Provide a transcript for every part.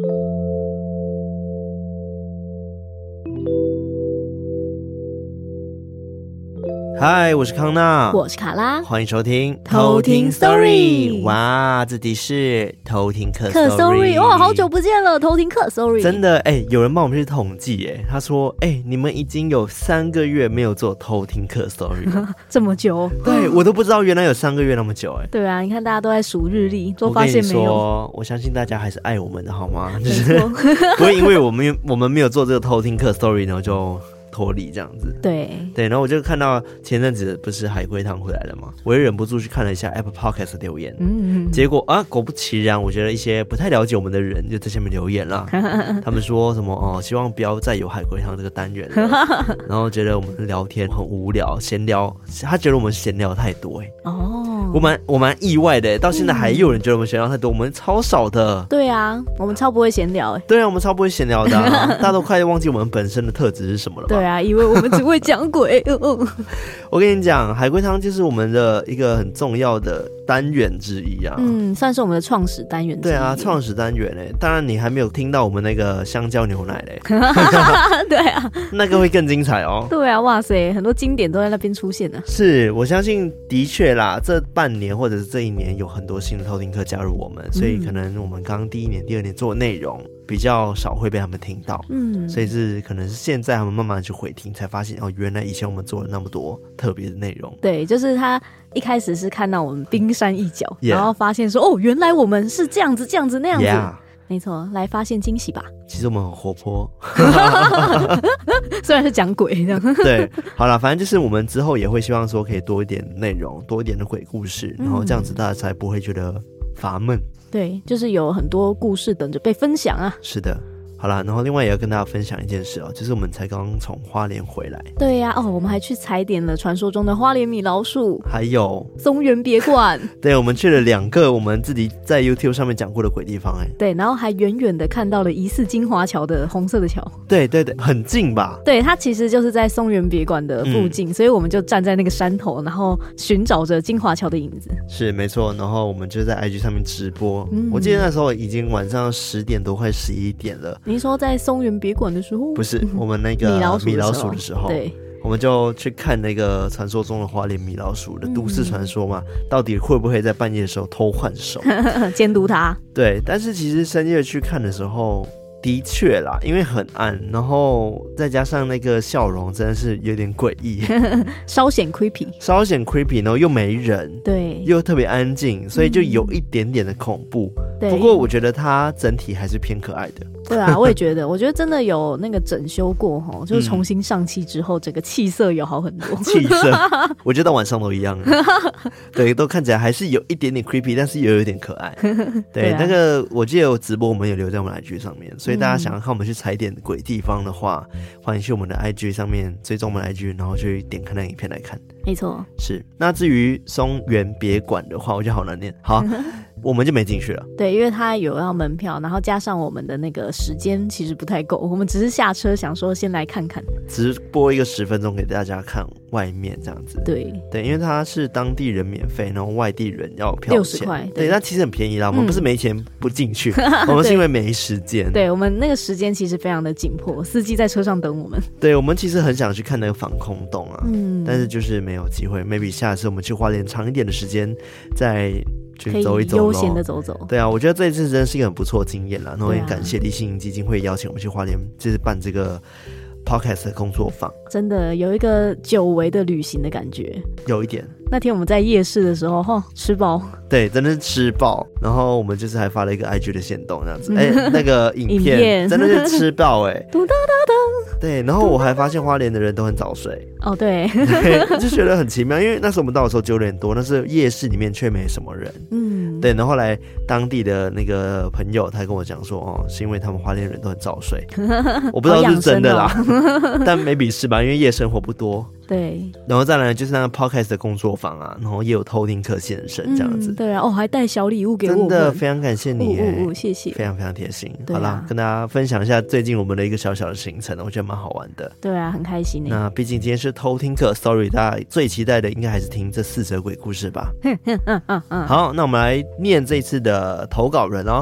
嗨，我是康纳， 我是卡拉， 欢迎收听偷听 Story。 哇，这里是偷听客 Story， 哇，好久不见了，偷听客 Story。 真的有人帮我们去统计他说你们已经有3个月没有做偷听客 Story 了这么久？ 对，我都不知道原来有3个月那么久对啊，你看大家都在数日历，都发现没有。 我相信大家还是爱我们的好吗？就是不会因为我们没有做这个偷听客 Story 呢就脱离这样子。对，然后我就看到前阵子不是海龟汤回来了吗？我也忍不住去看了一下 Apple Podcast 的留言，结果果不其然，我觉得一些不太了解我们的人就在下面留言了他们说什么希望不要再有海龟汤这个单元了然后觉得我们聊天很无聊，闲聊，他觉得我们闲聊太多我蛮意外的到现在还有人觉得我们闲聊太多，我们超少的。 对啊，我们超不会闲聊对啊，我们超不会闲聊的大家都快忘记我们本身的特质是什么了吧？ 对啊，以为我们只会讲鬼我跟你讲，海龟汤就是我们的一个很重要的单元之一啊。 算是我们的创始单元之一。 对啊，创始单元当然你还没有听到我们那个香蕉牛奶对啊， 那个会更精彩哦。 对啊，哇塞，很多经典都在那边出现啊。 是，我相信的确啦，这半年或者是这1年有很多新的偷听客加入我们，所以可能我们刚第1年第2年做的内容比较少会被他们听到，所以是可能是现在他们慢慢去回听才发现原来以前我们做了那么多特别的内容。 对，就是他一开始是看到我们冰山一角然后发现说原来我们是这样子那样子没错，来发现惊喜吧。 其实我们很活泼虽然是讲鬼这样对，好啦，反正就是我们之后也会希望说可以多一点内容，多一点的鬼故事，然后这样子大家才不会觉得乏闷。 对，就是有很多故事等着被分享啊。 是的，好啦，然后另外也要跟大家分享一件事就是我们才刚刚从花莲回来。 对呀我们还去踩点了传说中的花莲米老鼠，还有松原别馆对，我们去了2个我们自己在 YouTube 上面讲过的鬼地方对，然后还远远的看到了疑似金华桥的红色的桥。 对，很近吧？ 对，它其实就是在松原别馆的附近所以我们就站在那个山头，然后寻找着金华桥的影子。是， 没错，然后我们就在 IG 上面直播我记得那时候已经晚上10点多快11点了。 你说在松原别馆的时候？ 不是，我们那个米老鼠的时候对，我们就去看那个传说中的花莲米老鼠的都市传说嘛，到底会不会在半夜的时候偷换手监督它。对， 但是其实深夜去看的时候的确啦，因为很暗，然后再加上那个笑容真的是有点诡异稍显 creepy， 然后又没人， 对， 又特别安静，所以就有一点点的恐怖不过我觉得它整体还是偏可爱的。 对啊，我也觉得我觉得真的有那个整修过就是重新上漆之后整个气色有好很多气色我觉得晚上都一样对，都看起来还是有一点点 creepy， 但是又有点可爱对那个我记得有直播我们有留在我们 IG 上面，所以大家想要看我们去踩点鬼地方的话欢迎去我们的 IG 上面追踪我们的 IG， 然后去点开那影片来看。 没错， 是。那至于松原别馆的话我觉得好难念，好我们就没进去了。 对，因为他有要门票，然后加上我们的那个时间其实不太够，我们只是下车想说先来看看， 直播一个10分钟给大家看外面这样子。对，因为它是当地人免费，然后外地人要票钱60块。对，那其实很便宜啦，我们不是没钱不进去我们是因为没时间。对，我们那个时间其实非常的紧迫，司机在车上等我们。对，我们其实很想去看那个防空洞但是就是没有机会， maybe 下次我们去花莲长一点的时间再去走一走，可以悠闲的走走。对啊，我觉得这一次真的是一个很不错的经验啦，然后也感谢立信基金会邀请我们去花莲，就是办这个 podcast 的工作坊，真的有一个久违的旅行的感觉，有一点。那天我们在夜市的时候吃爆，对，真的是吃爆，然后我们就是还发了一个 IG 的限动这样子那个影片真的是吃爆对，然后我还发现花莲的人都很早睡对就觉得很奇妙，因为那时候我们到的时候9点多，那是夜市里面却没什么人对，然后后来当地的那个朋友他跟我讲说是因为他们花莲人都很早睡我不知道是真的啦但 maybe 是吧，因为夜生活不多。对，然后再来就是那个 podcast 的工作坊然后也有偷听课现身这样子对啊还带小礼物给我们，真的非常感谢你谢谢，非常非常贴心好啦，跟大家分享一下最近我们的一个小小的行程，我觉得蛮好玩的。对啊，很开心那毕竟今天是偷听课 sorry， 大家最期待的应该还是听这4则鬼故事吧好，那我们来念这次的投稿人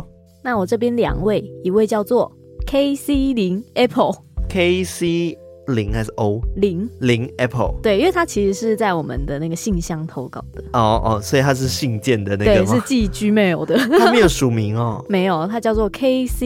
那我这边2位，一位叫做 KC0 Apple。KC0 还是 O？ 0 Apple。 对，因为他其实是在我们的那个信箱投稿的。 所以他是信件的那个吗？ 对，是寄 Gmail 的。 他没有署名哦。 没有，他叫做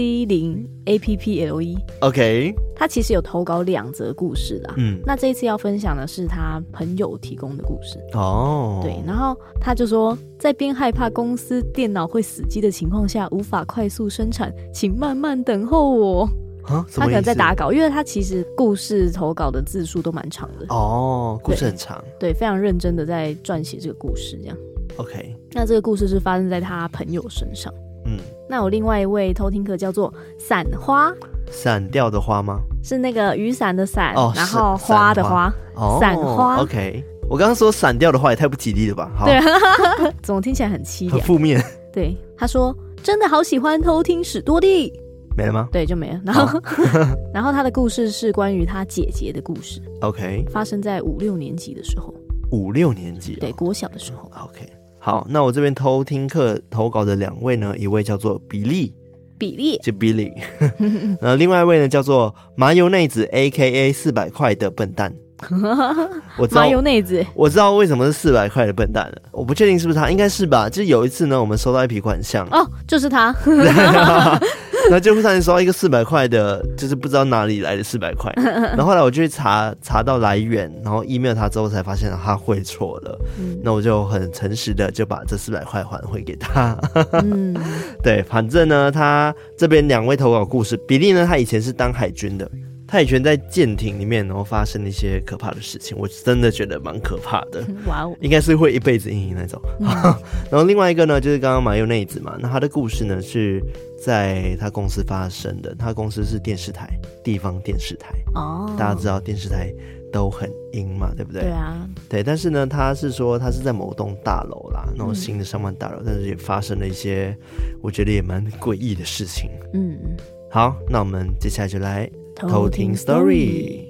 KC0 APPLE。 OK。 他其实有投稿2则故事啦。那这一次要分享的是他朋友提供的故事。对，然后他就说，在边害怕公司电脑会死机的情况下，无法快速生产，请慢慢等候我。他可能在打稿，因为他其实故事投稿的字数都蛮长的。 故事很长。 对，非常认真的在撰写这个故事这样。 OK。 那这个故事是发生在他朋友身上。那我另外一位偷听客叫做伞花。 散掉的花吗？ 是那个雨伞的伞，然后花的花。伞花。 OK。我刚刚说散掉的话也太不吉利了吧？ 对，怎么听起来很凄凉？ 很负面。 对，他说真的好喜欢偷听史多利。 没了吗？ 对，就没了。然后他的故事是关于他姐姐的故事。 OK。 发生在5、6年级的时候。 5、6年级。 对，国小的时候。 OK。好，那我这边偷听客投稿的2位呢，一位叫做比利，就 Billy。另外一位呢叫做麻油内子 AKA 400块的笨蛋。我知道麻油内子，我知道为什么是400块的笨蛋了，我不确定是不是他，应该是吧。就是有一次呢，我们收到一笔款项， 就是他。 然后就忽然收到一个400块的，就是不知道哪里来的400块。然后后来我就去查到来源，然后 email 他之后才发现他汇错了。那我就很诚实的就把这400块还回给他。对，反正呢，他这边2位投稿故事，比利呢，他以前是当海军的。他以前在舰艇里面，然后发生一些可怕的事情，我真的觉得蛮可怕的。哇哦，应该是会一辈子阴影那种。然后另外一个呢，就是刚刚麻油内子嘛，那他的故事呢是在他公司发生的。他公司是电视台，地方电视台。大家知道电视台都很阴嘛，对不对？对啊。对，但是呢，他是说他是在某栋大楼啦，那种新的商办大楼，但是也发生了一些我觉得也蛮诡异的事情。好，那我们接下来就来偷听 story。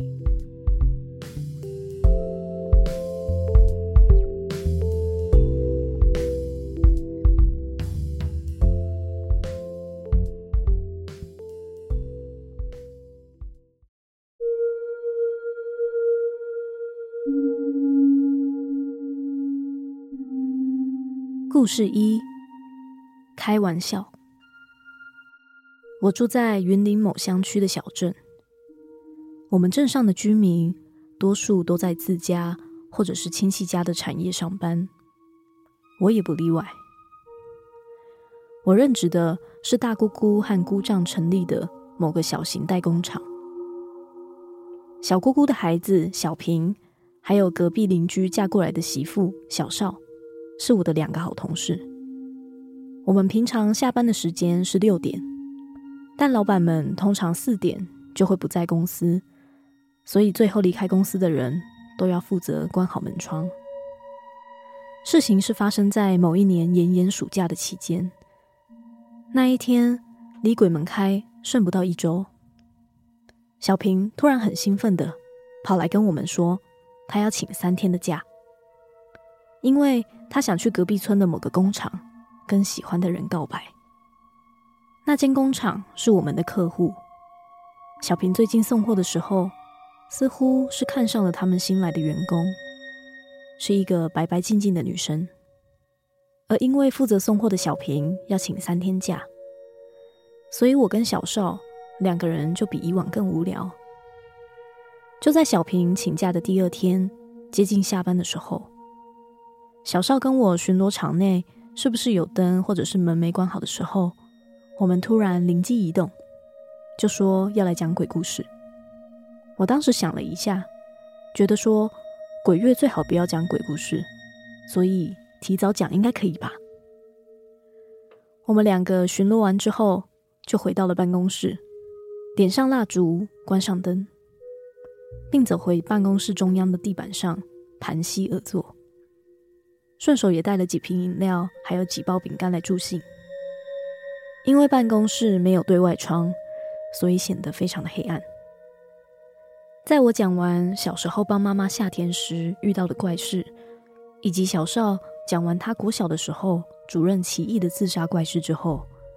故事1：开玩笑。我住在云林某乡区的小镇，我们镇上的居民多数都在自家或者是亲戚家的产业上班，我也不例外。我任职的是大姑姑和姑丈成立的某个小型代工厂。小姑姑的孩子小平，还有隔壁邻居嫁过来的媳妇小少，是我的2个好同事。我们平常下班的时间是6点，但老板们通常4点就会不在公司，所以最后离开公司的人都要负责关好门窗。事情是发生在某一年炎炎暑假的期间。那一天离鬼门开剩不到1周，小平突然很兴奋的跑来跟我们说，他要请3天的假，因为他想去隔壁村的某个工厂跟喜欢的人告白。那间工厂是我们的客户，小平最近送货的时候，似乎是看上了他们新来的员工，是一个白白净净的女生。而因为负责送货的小平要请3天假，所以我跟小少2个人就比以往更无聊。就在小平请假的第2天，接近下班的时候，小少跟我巡逻场内是不是有灯或者是门没关好的时候，我们突然灵机一动，就说要来讲鬼故事。我当时想了一下，觉得说鬼月最好不要讲鬼故事，所以提早讲应该可以吧。我们2个巡逻完之后就回到了办公室，点上蜡烛，关上灯，并走回办公室中央的地板上盘膝而坐，顺手也带了几瓶饮料还有几包饼干来助兴。因为办公室没有对外窗，所以显得非常的黑暗。在我讲完小时候帮妈妈下田时遇到的怪事，以及小少讲完他国小的时候主任奇异的自杀怪事之后，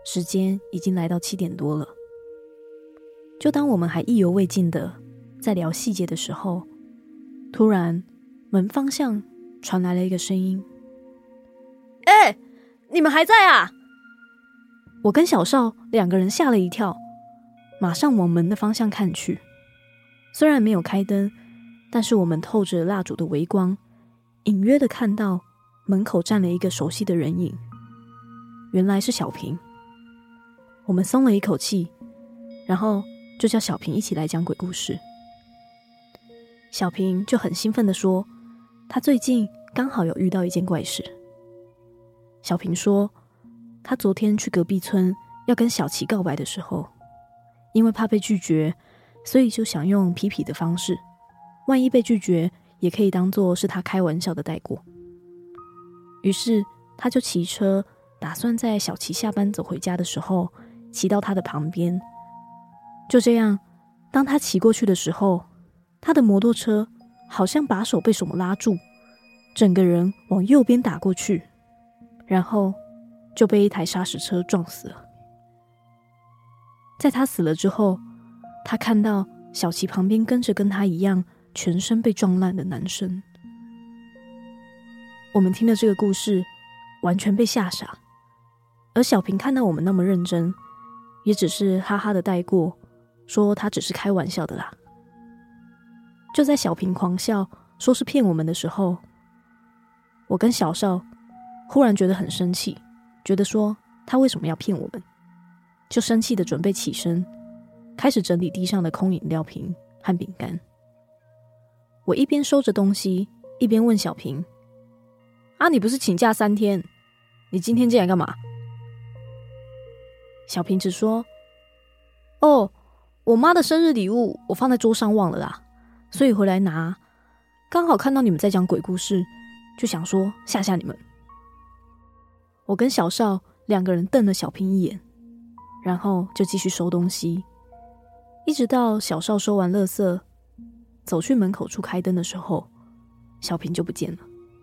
时间已经来到7点多了。就当我们还意犹未尽的在聊细节的时候，突然门方向传来了一个声音：你们还在啊？我跟小少2个人吓了一跳，马上往门的方向看去。虽然没有开灯，但是我们透着蜡烛的微光，隐约的看到门口站了一个熟悉的人影，原来是小平。我们松了一口气，然后就叫小平一起来讲鬼故事。小平就很兴奋地说，他最近刚好有遇到一件怪事。小平说，他昨天去隔壁村要跟小琪告白的时候，因为怕被拒绝，所以就想用痞痞的方式，万一被拒绝也可以当作是他开玩笑的带过。于是他就骑车，打算在小琪下班走回家的时候骑到他的旁边。就这样，当他骑过去的时候，他的摩托车好像把手被什么拉住，整个人往右边打过去，然后就被一台砂石车撞死了。在他死了之后，他看到小琪旁边跟着跟他一样全身被撞烂的男生。我们听了这个故事，完全被吓傻，而小平看到我们那么认真，也只是哈哈的带过，说他只是开玩笑的啦。就在小平狂笑说是骗我们的时候，我跟小少忽然觉得很生气，觉得说他为什么要骗我们，就生气的准备起身，开始整理地上的空饮料瓶和饼干。我一边收着东西，一边问小平：你不是请假3天，你今天进来干嘛？小平只说：我妈的生日礼物我放在桌上忘了啦，所以回来拿，刚好看到你们在讲鬼故事，就想说吓吓你们。我跟小少2个人瞪了小平一眼，然后就继续收东西，一直到小少收完垃圾走去门口处开灯的时候，小平就不见了。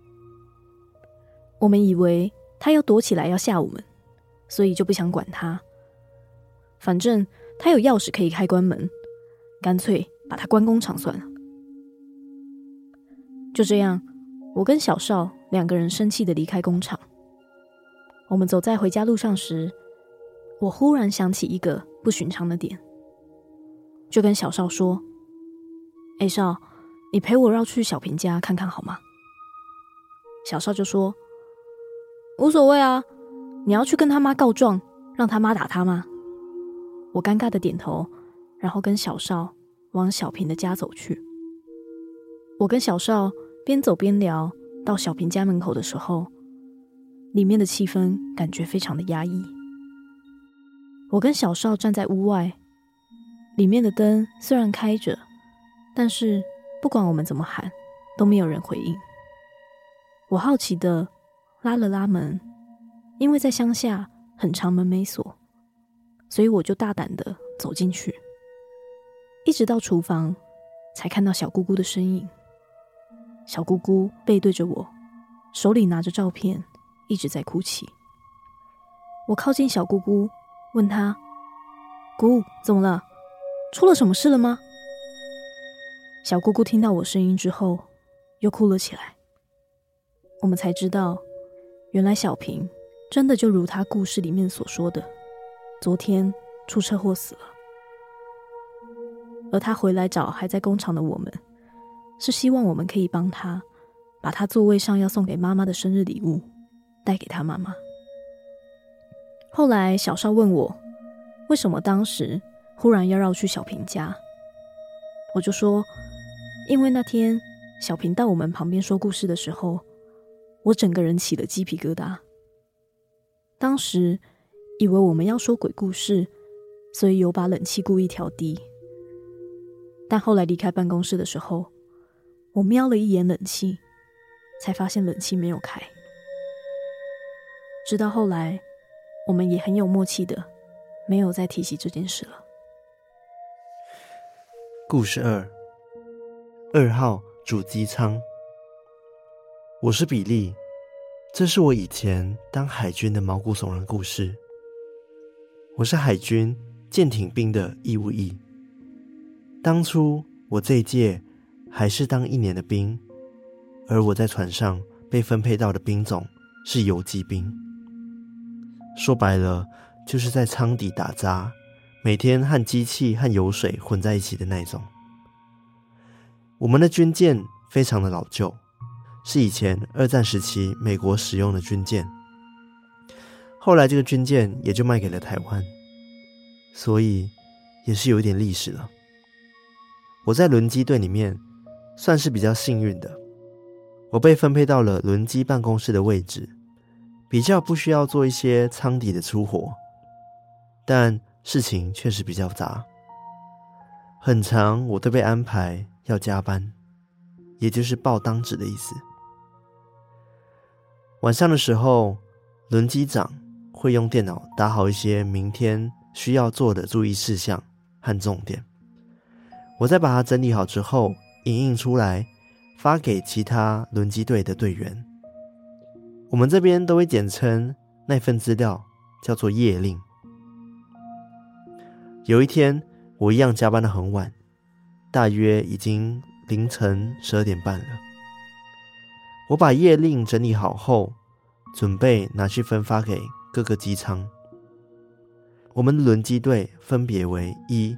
我们以为他要躲起来要吓我们，所以就不想管他，反正他有钥匙可以开关门，干脆把他关工厂算了。就这样，我跟小少2个人生气地离开工厂。我们走在回家路上时，我忽然想起一个不寻常的点，就跟小少说：少，你陪我绕去小平家看看好吗？小少就说：无所谓啊，你要去跟他妈告状，让他妈打他吗？我尴尬的点头，然后跟小少往小平的家走去。我跟小少边走边聊，到小平家门口的时候，里面的气氛感觉非常的压抑。我跟小少站在屋外，里面的灯虽然开着，但是不管我们怎么喊，都没有人回应。我好奇的拉了拉门，因为在乡下很常门没锁，所以我就大胆的走进去，一直到厨房才看到小姑姑的身影。小姑姑背对着我，手里拿着照片，一直在哭泣。我靠近小姑姑，问她：姑，怎么了？出了什么事了吗？小姑姑听到我声音之后，又哭了起来。我们才知道，原来小平真的就如她故事里面所说的，昨天出车祸死了。而她回来找还在工厂的我们，是希望我们可以帮她把她座位上要送给妈妈的生日礼物带给她妈妈。后来小少问我，为什么当时忽然要绕去小平家，我就说，因为那天小平到我们旁边说故事的时候，我整个人起了鸡皮疙瘩。当时以为我们要说鬼故事，所以有把冷气故意调低，但后来离开办公室的时候，我瞄了一眼冷气，才发现冷气没有开。直到后来，我们也很有默契的没有再提起这件事了。 故事2号主机舱。我是比利，这是我以前当海军的毛骨悚然故事。 我是海军舰艇兵的义务役。当初我这一届还是当1年的兵，而我在船上被分配到的兵种是游击兵。说白了，就是在舱底打杂，每天和机器和油水混在一起的那种。我们的军舰非常的老旧，是以前2战时期美国使用的军舰，后来这个军舰也就卖给了台湾，所以也是有一点历史了。我在轮机队里面算是比较幸运的，我被分配到了轮机办公室的位置，比较不需要做一些舱底的粗活，但事情确实比较杂。很常我都被安排要加班，也就是报当值的意思。晚上的时候，轮机长会用电脑打好一些明天需要做的注意事项和重点，我再把它整理好之后影印出来，发给其他轮机队的队员。我们这边都会简称那份资料叫做夜令。有一天我一样加班得很晚，大约已经凌晨12点半了。我把夜令整理好后，准备拿去分发给各个机舱。我们的轮机队分别为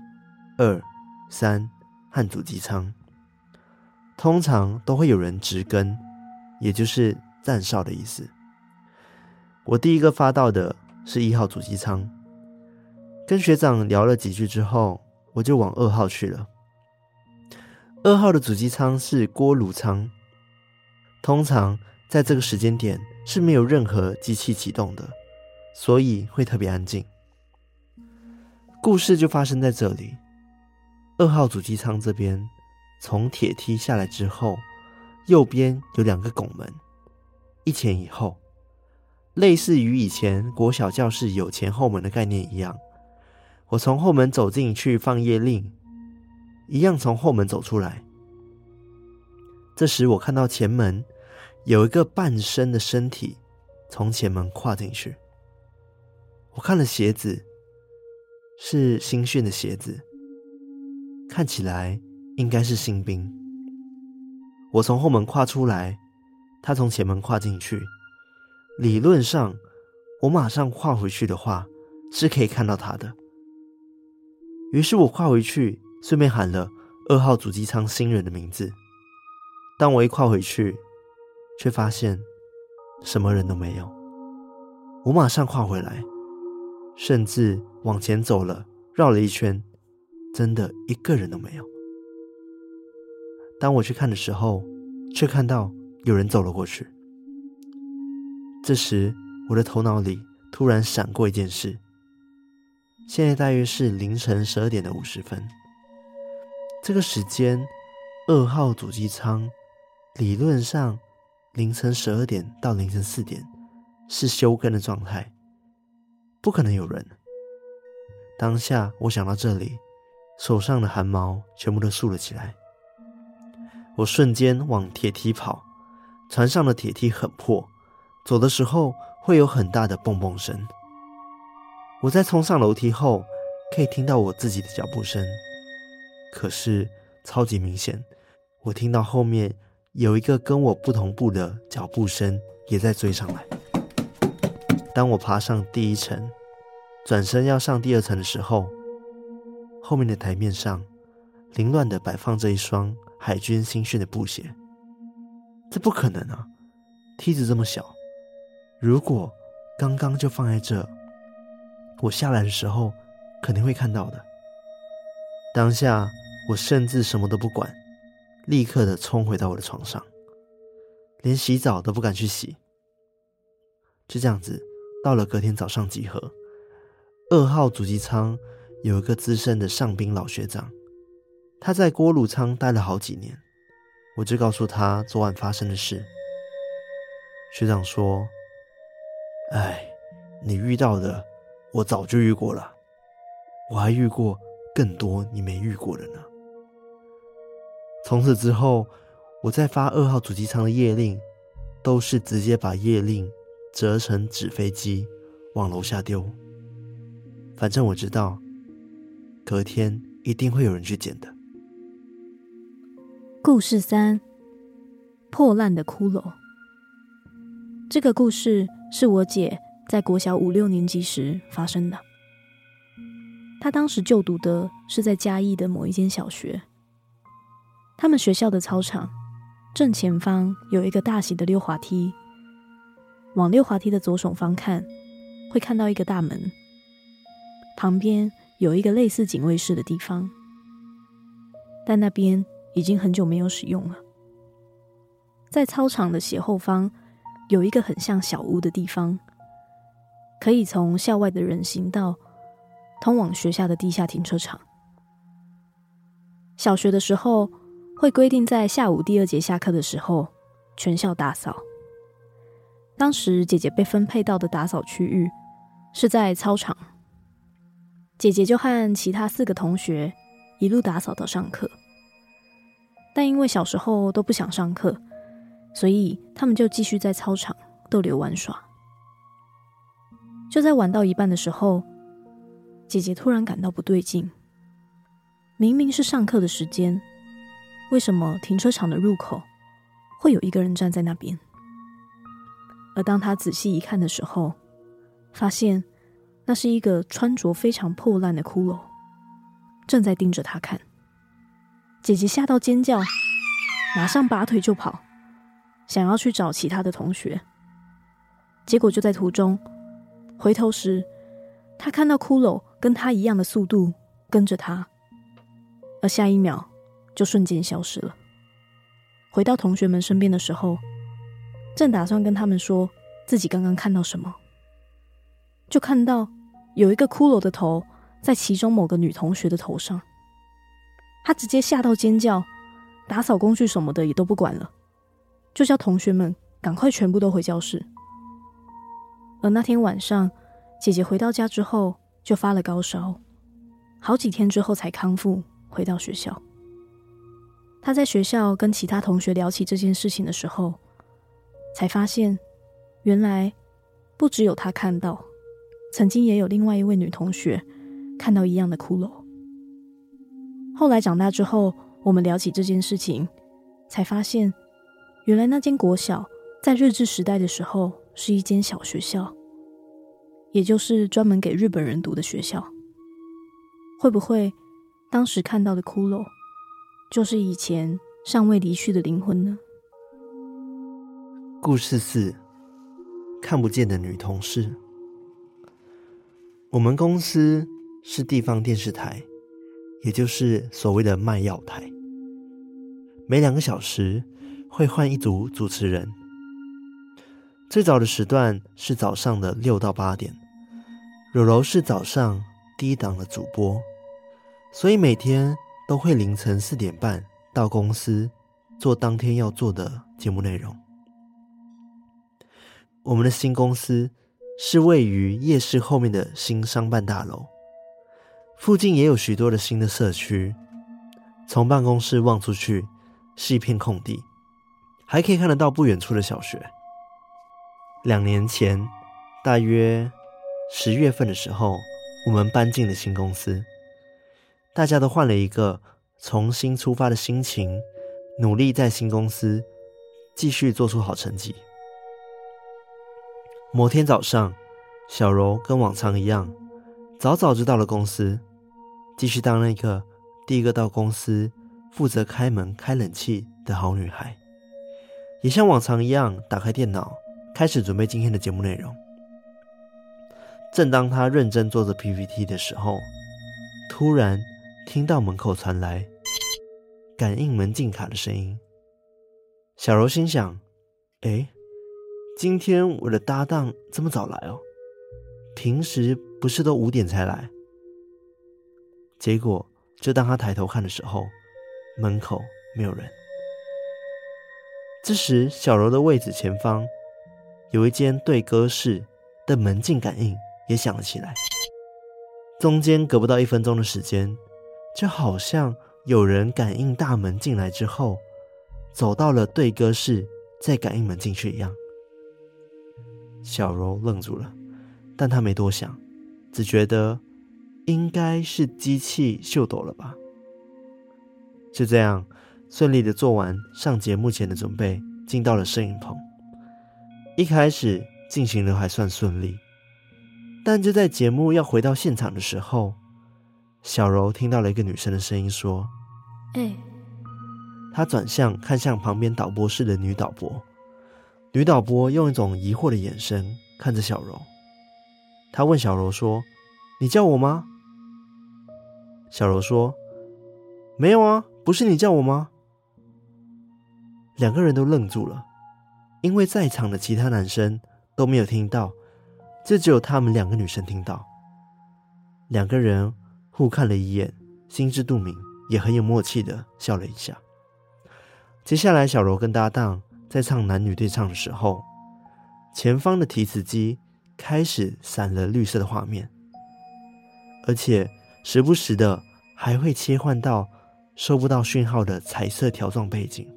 1、2、3和主机舱，通常都会有人值更，也就是站哨的意思。我第一个发到的是1号主机舱，跟学长聊了几句之后，我就往2号去了。2号的主机舱是锅炉舱，通常在这个时间点是没有任何机器启动的，所以会特别安静。故事就发生在这里。2号主机舱这边从铁梯下来之后，右边有2个拱门，一前一后，类似于以前国小教室有前后门的概念一样。我从后门走进去放夜令，一样从后门走出来。这时我看到前门有一个半身的身体从前门跨进去。我看了鞋子，是新训的鞋子，看起来应该是新兵。我从后门跨出来，他从前门跨进去。理论上我马上跨回去的话是可以看到他的。于是我跨回去，顺便喊了2号主机舱新人的名字。当我一跨回去，却发现什么人都没有。我马上跨回来，甚至往前走了，绕了一圈，真的一个人都没有。当我去看的时候，却看到有人走了过去。这时我的头脑里突然闪过一件事。现在大约是凌晨12点的50分，这个时间2号主机舱理论上凌晨12点到凌晨4点是休更的状态，不可能有人。当下我想到这里，手上的汗毛全部都竖了起来。我瞬间往铁梯跑，船上的铁梯很破，走的时候会有很大的蹦蹦声。我在冲上楼梯后，可以听到我自己的脚步声，可是超级明显，我听到后面有一个跟我不同步的脚步声也在追上来。当我爬上第1层，转身要上第2层的时候，后面的台面上凌乱地摆放着一双海军新训的布鞋。这不可能啊，梯子这么小，如果刚刚就放在这，我下来的时候肯定会看到的。当下我甚至什么都不管，立刻的冲回到我的床上，连洗澡都不敢去洗。就这样子到了隔天早上集合。2号主机舱有一个资深的上兵老学长，他在锅炉舱待了好几年。我就告诉他昨晚发生的事。学长说，你遇到的我早就遇过了，我还遇过更多你没遇过的呢。从此之后，我在发2号主机舱的夜令，都是直接把夜令折成纸飞机往楼下丢。 反正我知道隔天一定会有人去捡的。 故事3：破烂的骷髅。这个故事是我姐在国小5、6年级时发生的。她当时就读的是在嘉义的某一间小学。他们学校的操场正前方有一个大型的溜滑梯，往溜滑梯的左手方看，会看到一个大门，旁边有一个类似警卫室的地方，但那边已经很久没有使用了。在操场的斜后方有一个很像小屋的地方，可以从校外的人行道通往学校的地下停车场。小学的时候会规定在下午第2节下课的时候全校打扫。当时姐姐被分配到的打扫区域是在操场，姐姐就和其他4个同学一路打扫到上课。但因为小时候都不想上课，所以他们就继续在操场逗留玩耍。就在玩到一半的时候，姐姐突然感到不对劲，明明是上课的时间，为什么停车场的入口会有一个人站在那边？而当她仔细一看的时候，发现那是一个穿着非常破烂的骷髅，正在盯着她看。姐姐吓到尖叫，马上拔腿就跑，想要去找其他的同学。结果就在途中，回头时她看到骷髅跟她一样的速度跟着她，而下一秒就瞬间消失了。回到同学们身边的时候，正打算跟他们说自己刚刚看到什么，就看到有一个骷髅的头在其中某个女同学的头上。她直接吓到尖叫，打扫工具什么的也都不管了，就叫同学们赶快全部都回教室。而那天晚上，姐姐回到家之后就发了高烧，好几天之后才康复，回到学校。她在学校跟其他同学聊起这件事情的时候，才发现原来不只有她看到，曾经也有另外一位女同学看到一样的骷髅。后来长大之后，我们聊起这件事情，才发现原来那间国小在日治时代的时候是一间小学校，也就是专门给日本人读的学校。会不会当时看到的骷髅就是以前尚未离去的灵魂呢？ 故事4：看不见的女同事。我们公司是地方电视台，也就是所谓的卖药台，每2个小时会换一组主持人。最早的时段是早上的6到8点，柔柔是早上第1档的主播，所以每天都会凌晨4点半到公司做当天要做的节目内容。我们的新公司是位于夜市后面的新商办大楼，附近也有许多的新的社区，从办公室望出去是一片空地，还可以看得到不远处的小学。2年前，大约10月份的时候，我们搬进了新公司，大家都换了一个重新出发的心情，努力在新公司继续做出好成绩。某天早上，小柔跟往常一样，早早就到了公司，继续当那个第一个到公司负责开门开冷气的好女孩，也像往常一样打开电脑，开始准备今天的节目内容。正当她认真做着 PPT 的时候，突然听到门口传来感应门禁卡的声音。小柔心想，今天我的搭档这么早来哦，平时不是都5点才来？结果就当他抬头看的时候，门口没有人。这时小柔的位置前方有一间对歌室的门禁感应也响了起来，中间隔不到1分钟的时间，就好像有人感应大门进来之后走到了对歌室再感应门进去一样。小柔愣住了，但她没多想，只觉得应该是机器秀逗了吧。就这样顺利的做完上节目前的准备，进到了摄影棚。一开始进行的还算顺利，但就在节目要回到现场的时候，小柔听到了一个女生的声音说：她转向看向旁边导播室的女导播，女导播用一种疑惑的眼神看着小柔。她问小柔说：你叫我吗？小柔说：没有啊，不是你叫我吗？两个人都愣住了，因为在场的其他男生都没有听到，就只有他们两个女生听到。两个人互看了一眼，心知肚明，也很有默契的笑了一下。接下来小柔跟搭档在唱男女对唱的时候，前方的提词机开始闪了绿色的画面，而且时不时的还会切换到收不到讯号的彩色条状背景。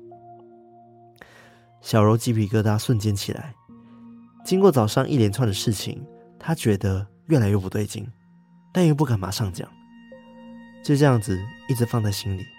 小柔鸡皮疙瘩瞬间起来，经过早上一连串的事情，她觉得越来越不对劲，但又不敢马上讲，就这样子一直放在心里。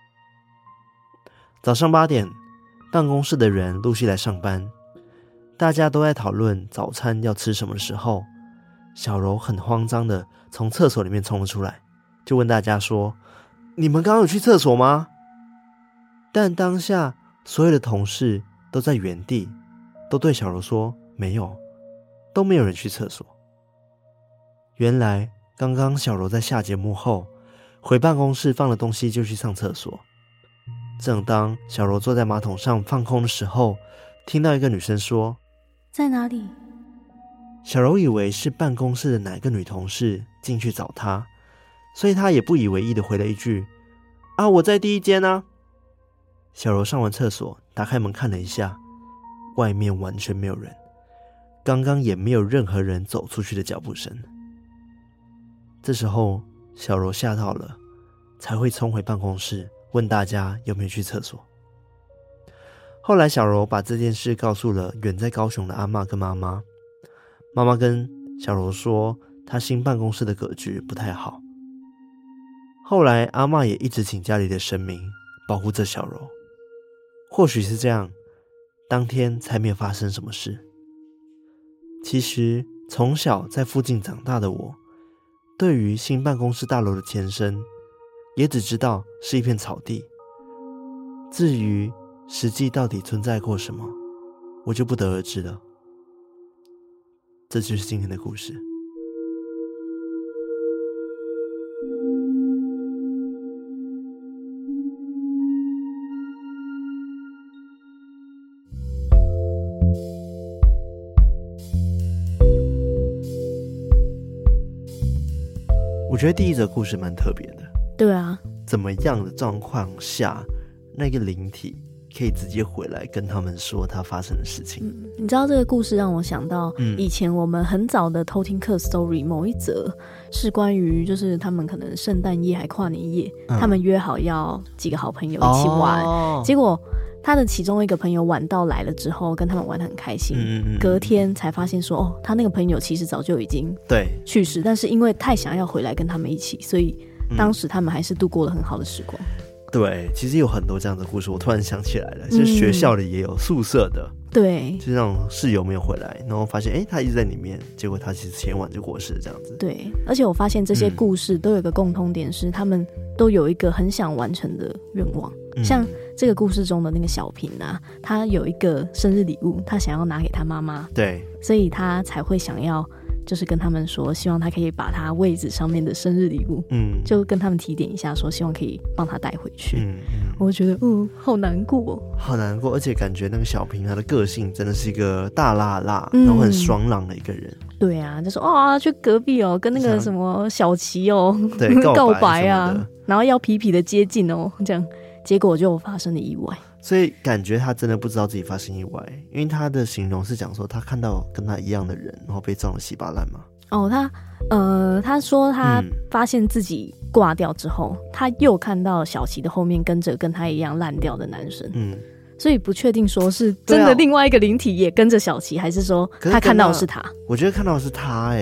早上8点，办公室的人陆续来上班，大家都在讨论早餐要吃什么的时候，小柔很慌张的从厕所里面冲了出来，就问大家说：你们刚刚有去厕所吗？但当下所有的同事都在原地，都对小柔说没有，都没有人去厕所。原来刚刚小柔在下节目后回办公室放了东西就去上厕所，正当小柔坐在马桶上放空的时候，听到一个女生说： 在哪里？ 小柔以为是办公室的哪个女同事进去找她，所以她也不以为意的回了一句：啊，我在第一间啊。小柔上完厕所，打开门看了一下，外面完全没有人，刚刚也没有任何人走出去的脚步声。这时候小柔吓到了，才会冲回办公室问大家有没有去厕所。后来小柔把这件事告诉了远在高雄的阿嬷跟妈妈，妈妈跟小柔说她新办公室的格局不太好。后来阿嬷也一直请家里的神明保护着小柔，或许是这样，当天才没有发生什么事。其实从小在附近长大的我，对于新办公室大楼的前身也只知道是一片草地，至于实际到底存在过什么，我就不得而知了。这就是今天的故事。我觉得第一则故事蛮特别的。 对啊， 怎么样的状况下那个灵体可以直接回来跟他们说他发生的事情？ 你知道这个故事让我想到以前我们很早的偷听客 story 某一则是关于就是他们可能圣诞夜还跨年夜，他们约好要几个好朋友一起玩，结果他的其中一个朋友晚到来了之后跟他们玩得很开心，隔天才发现说他那个朋友其实早就已经去世，但是因为太想要回来跟他们一起，所以当时他们还是度过了很好的时光。 对，其实有很多这样的故事，我突然想起来了，就是学校里也有宿舍的， 对， 就是那种室友没有回来，然后发现他一直在里面，结果他其实前晚就过世这样子。 对，而且我发现这些故事都有一个共通点，是他们都有一个很想完成的愿望。像这个故事中的那个小平啊，他有一个生日礼物，他想要拿给他妈妈， 对， 所以他才会想要就是跟他们说，希望他可以把他位置上面的生日礼物，就跟他们提点一下，说希望可以帮他带回去。我觉得好难过，好难过， 而且感觉那个小平他的个性真的是一个大辣辣，然后很爽朗的一个人。 对啊，就说哇去隔壁哦，跟那个什么小琪哦， 对， 告白啊，然后要痞痞的接近哦，这样结果就发生了意外。 所以感觉他真的不知道自己发生意外，因为他的形容是讲说他看到跟他一样的人，然后被撞得稀巴烂嘛。 他说他发现自己挂掉之后，他又看到小琪的后面跟着跟他一样烂掉的男生。所以不确定说是真的另外一个灵体也跟着小琪，还是说他看到的是他。 我觉得看到的是他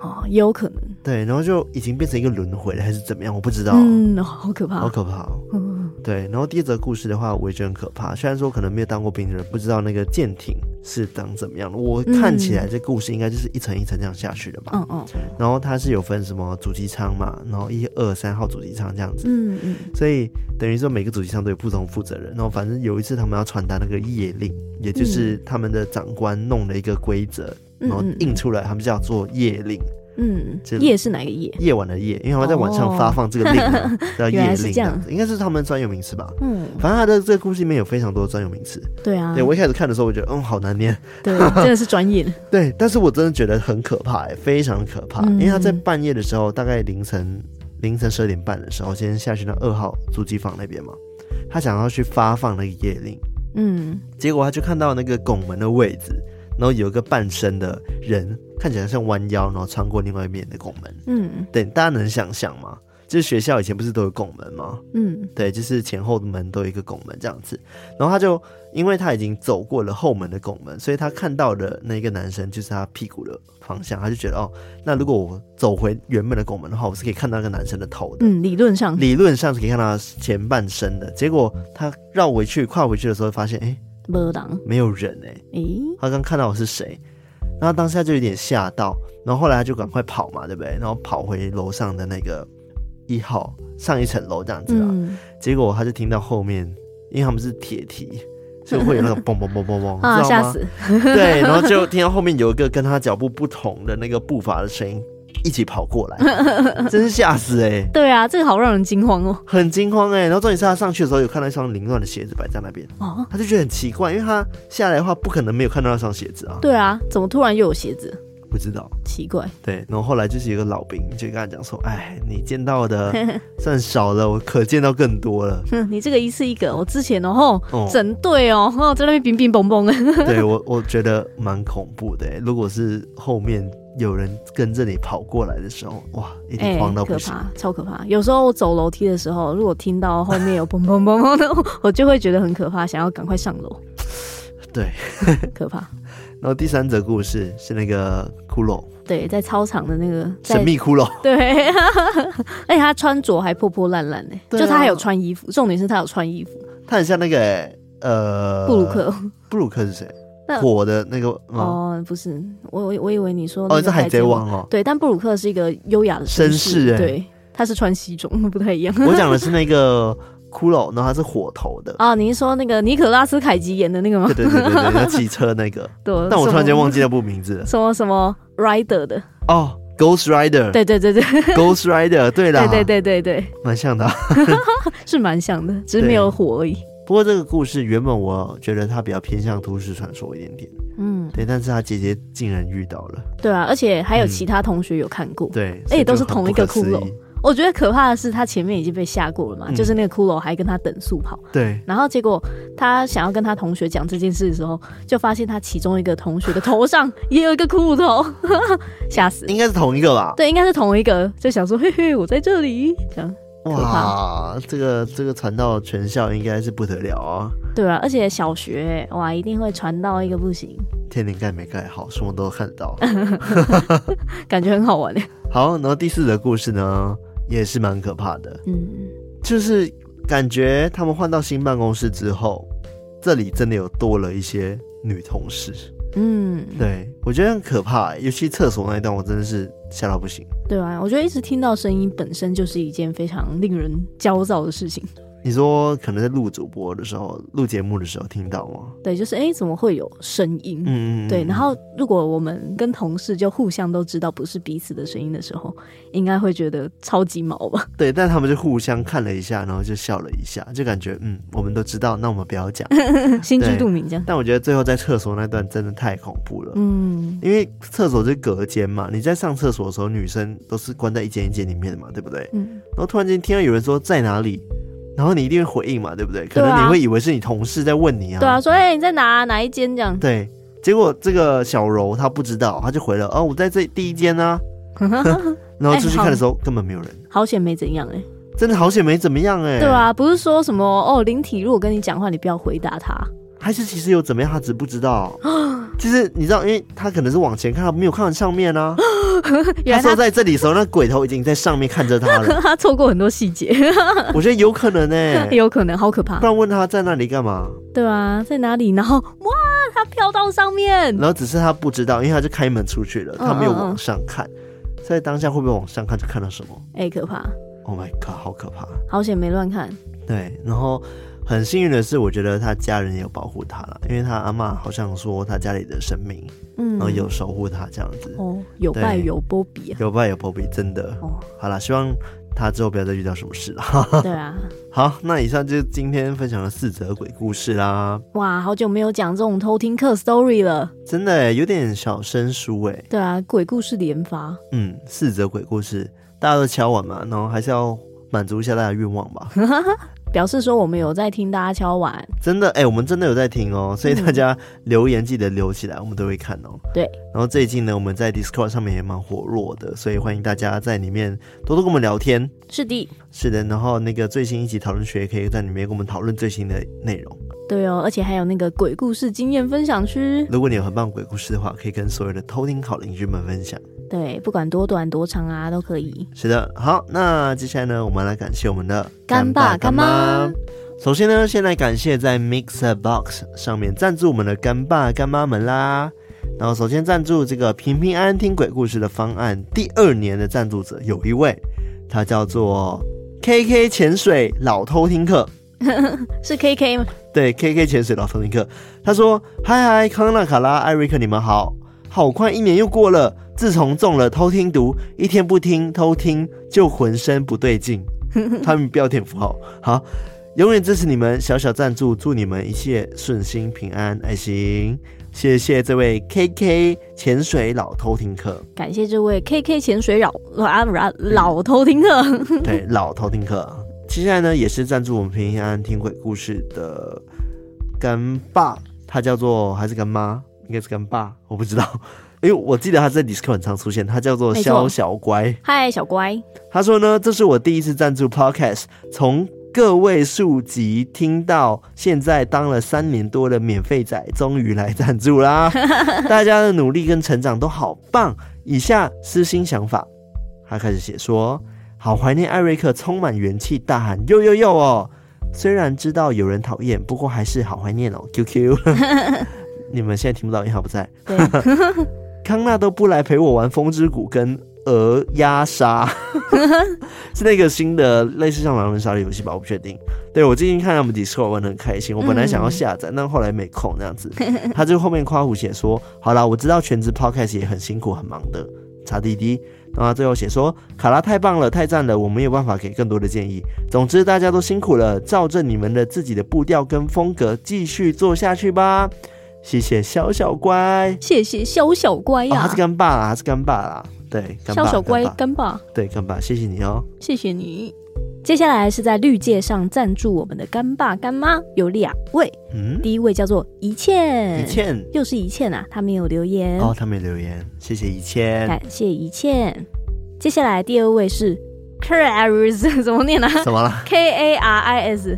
哦，也有可能。 对，然后就已经变成一个轮回了，还是怎么样？我不知道。 好可怕， 好可怕。对，然后第二则故事的话，我也觉得很可怕。虽然说可能没有当过兵的人不知道那个舰艇是长怎么样的，我看起来这故事应该就是一层一层这样下去的吧。然后它是有分什么主机舱嘛，然后1、2、3号主机舱这样子。所以等于说每个主机舱都有不同负责人。然后反正有一次他们要传达那个业令，也就是他们的长官弄了一个规则，然后印出来，他们叫做业令。 夜是哪个夜？ 夜晚的夜，因为他们在晚上发放这个令叫夜令，这样子应该是他们专有名词吧。反正他的这个故事里面有非常多专有名词。 对啊， 对我一开始看的时候，我觉得好难念。 对，真的是专业的。 对，但是我真的觉得很可怕，非常可怕。因为他在半夜的时候，大概凌晨12点半的时候，先下去到2号主机房那边嘛，他想要去发放那个夜令。结果他就看到那个拱门的位置，然后有一个半身的人，看起来像弯腰，然后穿过另外一面的拱门。对，大家能想象吗？就是学校以前不是都有拱门吗？对，就是前后的门都有一个拱门这样子。然后他就因为他已经走过了后门的拱门，所以他看到的那个男生就是他屁股的方向，他就觉得那如果我走回原本的拱门的话，我是可以看到那个男生的头的。理论上是可以看到他前半身的。结果他跨回去的时候，发现没有人。他刚看到我是谁，然后当时他就有点吓到，然后后来他就赶快跑嘛，对不对？然后跑回楼上的那个1号上一层楼这样子啊。结果他就听到后面，因为他们是铁梯，所以会有那种嘣嘣嘣嘣嘣，知道吗？ 吓死！ 对，然后就听到后面有一个跟他脚步不同的那个步伐的声音一起跑过来，真是吓死对啊，这个好让人惊慌哦， 很惊慌然后重点是他上去的时候有看到一双凌乱的鞋子摆在那边，他就觉得很奇怪，因为他下来的话不可能没有看到那双鞋子啊。 对啊，怎么突然又有鞋子？ 不知道， 奇怪。 对，然后后来就是有个老兵就跟他讲说，你见到的算少了，我可见到更多了。 你这个一次一个，我之前整队在那边冰冰蹦蹦。 对，我觉得蛮恐怖的如果是后面有人跟着你跑过来的时候，哇，一定慌到不行， 可怕，超可怕。有时候我走楼梯的时候，如果听到后面有砰砰砰砰的，我就会觉得很可怕，想要赶快上楼。 对， 可怕。 然后第3则故事是那个骷髅， 对，在操场的那个神秘骷髅， 对，而且他穿着还破破烂烂就他还有穿衣服，重点是他有穿衣服， 他很像那个布鲁克是谁？火的那个不是，我以为你说是海贼王对，但布鲁克是一个优雅的绅士对，他是穿西装，不太一样。 我讲的是那个骷髅，然后他是火头的你是说那个尼可拉斯凯奇演的那个吗？ 对，要骑车那个。对，但我突然间忘记那部名字了。 什么 Rider 的 Ghost Rider。对Ghost Rider。对啦， 对， 蛮像的是蛮像的，只是没有火而已。 不过这个故事原本我觉得它比较偏向都市传说一点点，对，但是他姐姐竟然遇到了。对啊，而且还有其他同学有看过， 对， 而且都是同一个骷髅。我觉得可怕的是他前面已经被吓过了嘛，就是那个骷髅还跟他等速跑。 对， 然后结果他想要跟他同学讲这件事的时候，就发现他其中一个同学的头上也有一个骷髅头，吓死！ 应该是同一个吧？ 对，应该是同一个，就想说嘿嘿，我在这里，这样。 哇，这个传到全校应该是不得了啊！ 对啊，而且小学一定会传到一个不行。 天灵盖没盖好，什么都看得到， 感觉很好玩好，然后第4则故事呢，也是蛮可怕的。就是感觉他们换到新办公室之后，这里真的有多了一些女同事。对，我觉得很可怕，尤其厕所那一段，我真的是吓到不行。 对啊，我觉得一直听到声音本身就是一件非常令人焦躁的事情。 你说可能在录主播的时候、录节目的时候听到吗？ 对，就是怎么会有声音？对。然后如果我们跟同事就互相都知道不是彼此的声音的时候，应该会觉得超级毛吧？对， 但他们就互相看了一下，然后就笑了一下，就感觉我们都知道，那我们不要讲， 心知肚明这样。 但我觉得最后在厕所那段真的太恐怖了。因为厕所是隔间嘛，你在上厕所的时候，女生都是关在一间一间里面的嘛，对不对？然后突然间听到有人说在哪里。然后你一定会回应嘛，对不对？可能你会以为是你同事在问你啊。 对啊，说你在哪一间这样。 对，结果这个小柔她不知道，她就回了我在这第一间啊。然后出去看的时候根本没有人。好险没怎样真的好险没怎么样对啊，不是说什么灵体如果跟你讲话你不要回答他， 还是其实有怎么样他只不知道。其实你知道，因为他可能是往前看，他没有看到上面啊。 原来他说在这里的时候，那鬼头已经在上面看着他了。 他错过很多细节。 我觉得有可能有可能，好可怕。 不然问他在那里干嘛？ 对啊，在哪里？然后哇，他飘到上面， 然后只是他不知道，因为他就开门出去了，他没有往上看。在当下会不会往上看就看到什么？ 可怕。 Oh my god， 好可怕。 好险没乱看。 对，然后很幸运的是，我觉得他家人也有保护他了，因为他阿嬷好像说他家里的生命，然后有守护他这样子。 有拜有波比， 有拜有波比，真的。好啦，希望他之后不要再遇到什么事了。 对啊。 好，那以上就是今天分享的4则鬼故事啦。 哇，好久没有讲这种偷听客 story 了， 真的耶，有点小生疏哎。 对啊，鬼故事连发。 4则鬼故事，大家都敲碗嘛，然后还是要满足一下大家的愿望吧。 表示说我们有在听大家敲碗，真的我们真的有在听哦，所以大家留言记得留起来，我们都会看哦。 对， 然后最近呢，我们在 Discord 上面也蛮火热的，所以欢迎大家在里面多多跟我们聊天。 是的， 是的，然后那个最新一集讨论学也可以在里面跟我们讨论最新的内容。 对哦，而且还有那个鬼故事经验分享区， 如果你有很棒的鬼故事的话，可以跟所有的偷听好邻居们分享。 对，不管多短多长啊，都可以。 是的，好，那接下来呢，我们来感谢我们的干爸干妈。 首先呢，先来感谢在 Mixer Box 上面赞助我们的干爸干妈们啦。然后首先赞助这个平平安安听鬼故事的方案第2年的赞助者有一位，他叫做 KK 潜水老偷听客。 是 KK 吗？ 对， KK 潜水老偷听客。他说：嗨，康纳卡拉艾瑞克，你们好。好快1年又过了，自从中了偷听毒，一天不听偷听就浑身不对劲。他们标点符号好，永远支持你们，小小赞助，祝你们一切顺心平安，爱心。谢谢这位 KK 潜水老偷听客， 感谢这位 KK 潜水老偷听客。 对，老偷听客。接下来呢，也是赞助我们平平安安听鬼故事的干爸，他叫做还是干妈？应该是干爸，我不知道，因为我记得他在 Discord 很常出现，他叫做肖小乖。 嗨，小乖。他说呢，这是我第一次赞助 Podcast， 从个位数集听到现在当了3年多的免费仔，终于来赞助啦！大家的努力跟成长都好棒。以下私心想法，他开始写说：好怀念艾瑞克，充满元气，大喊呦呦呦哦！虽然知道有人讨厌，不过还是好怀念哦。QQ。你们现在听不到，因为他不在。康纳都不来陪我玩风之谷跟鹅鸭杀，是那个新的类似像狼人杀的游戏吧？我不确定。对，我最近看他们 Discord 玩得很开心，我本来想要下载，但后来没空这样子。他就后面夸胡写说：好啦，我知道全职 Podcast 也很辛苦很忙的，查滴滴。然后他最后写说：卡拉太棒了，太赞了，我没有办法给更多的建议。总之大家都辛苦了，照着你们的自己的步调跟风格继续做下去吧。谢谢小小乖， 谢谢小小乖呀， 他是干爸啦，他是干爸啦，对， 小小乖干爸， 对，干爸，谢谢你哦， 谢谢你。接下来是在绿界上赞助我们的干爸干妈有2位，第一位叫做一倩，又是一倩啊，他没有留言哦，他没留言，谢谢一倩， 感谢一倩。接下来第2位是 Caris， 怎么念啊？ 什么了 ？Karis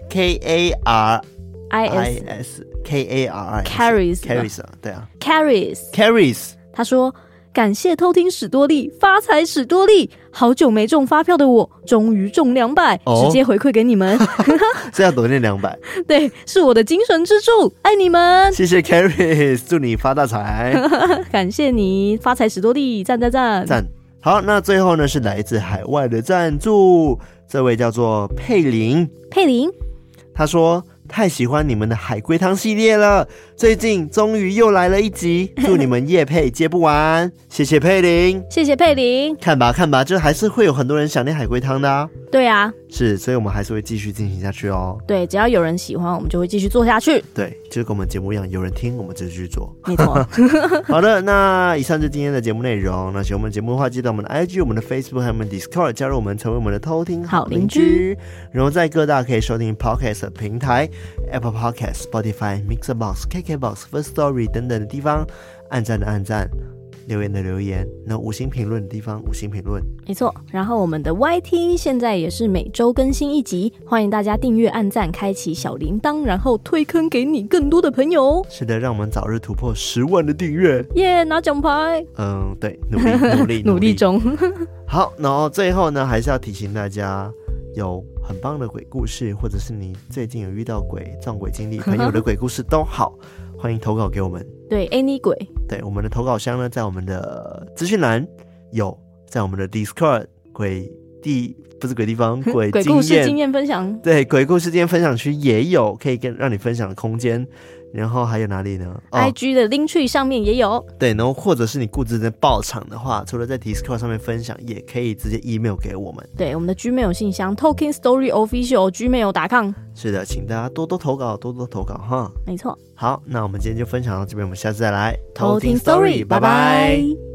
Caris， 对啊 Caris， 他说感谢偷听史多利，发财史多利，好久没中发票的我终于中200，直接回馈给你们。 这要多念200， 对，是我的精神支柱，爱你们， 谢谢 Caris， 祝你发大财。 感谢你，发财史多利，赞赞赞赞。好，那最后呢是来自海外的赞助，这位叫做佩玲，他说太喜欢你们的海龟汤系列了，最近终于又来了一集，祝你们业配接不完。谢谢佩玲， 谢谢佩玲。 看吧，就还是会有很多人想念海龟汤的啊。 对啊， 是，所以我们还是会继续进行下去哦。 对，只要有人喜欢，我们就会继续做下去。 对，就是跟我们节目一样，有人听，我们就继续做。 没错。 好的，那以上就是今天的节目内容。那喜欢我们节目的话，记得我们的 IG、我们的 Facebook 还有我们的 Discord 加入我们，成为我们的偷听好邻居。然后在各大可以收听 Podcast 的平台 ，Apple Podcast、Spotify、Mixer Box、KK Box、First Story 等等的地方，按赞的按赞， 留言的留言，那5星评论的地方5星评论， 没错。然后我们的 YT 现在也是每周更新一集，欢迎大家订阅按赞开启小铃铛，然后推坑给你更多的朋友。 是的，让我们早日突破10万的订阅， 耶，拿奖牌。 对，努力努力中。 好，然后最后呢还是要提醒大家，有很棒的鬼故事，或者是你最近有遇到鬼撞鬼经历，朋友的鬼故事都好，欢迎投稿给我们。 对 any 鬼， 对，我们的投稿箱呢在我们的资讯栏有，在我们的 Discord 不是鬼地方鬼故事经验分享， 对，鬼故事经验分享区也有可以让你分享的空间。然后还有哪里呢 ？IG 的 Linktree 上面也有。 对，然后或者是你固执在爆场的话，除了在 Discord 上面分享，也可以直接 email 给我们。 对，我们的 Gmail 信箱 TalkingStoryOfficial@gmail.com。 是的，请大家多多投稿哈。 没错。 好，那我们今天就分享到这边，我们下次再来偷听 Story， 拜拜。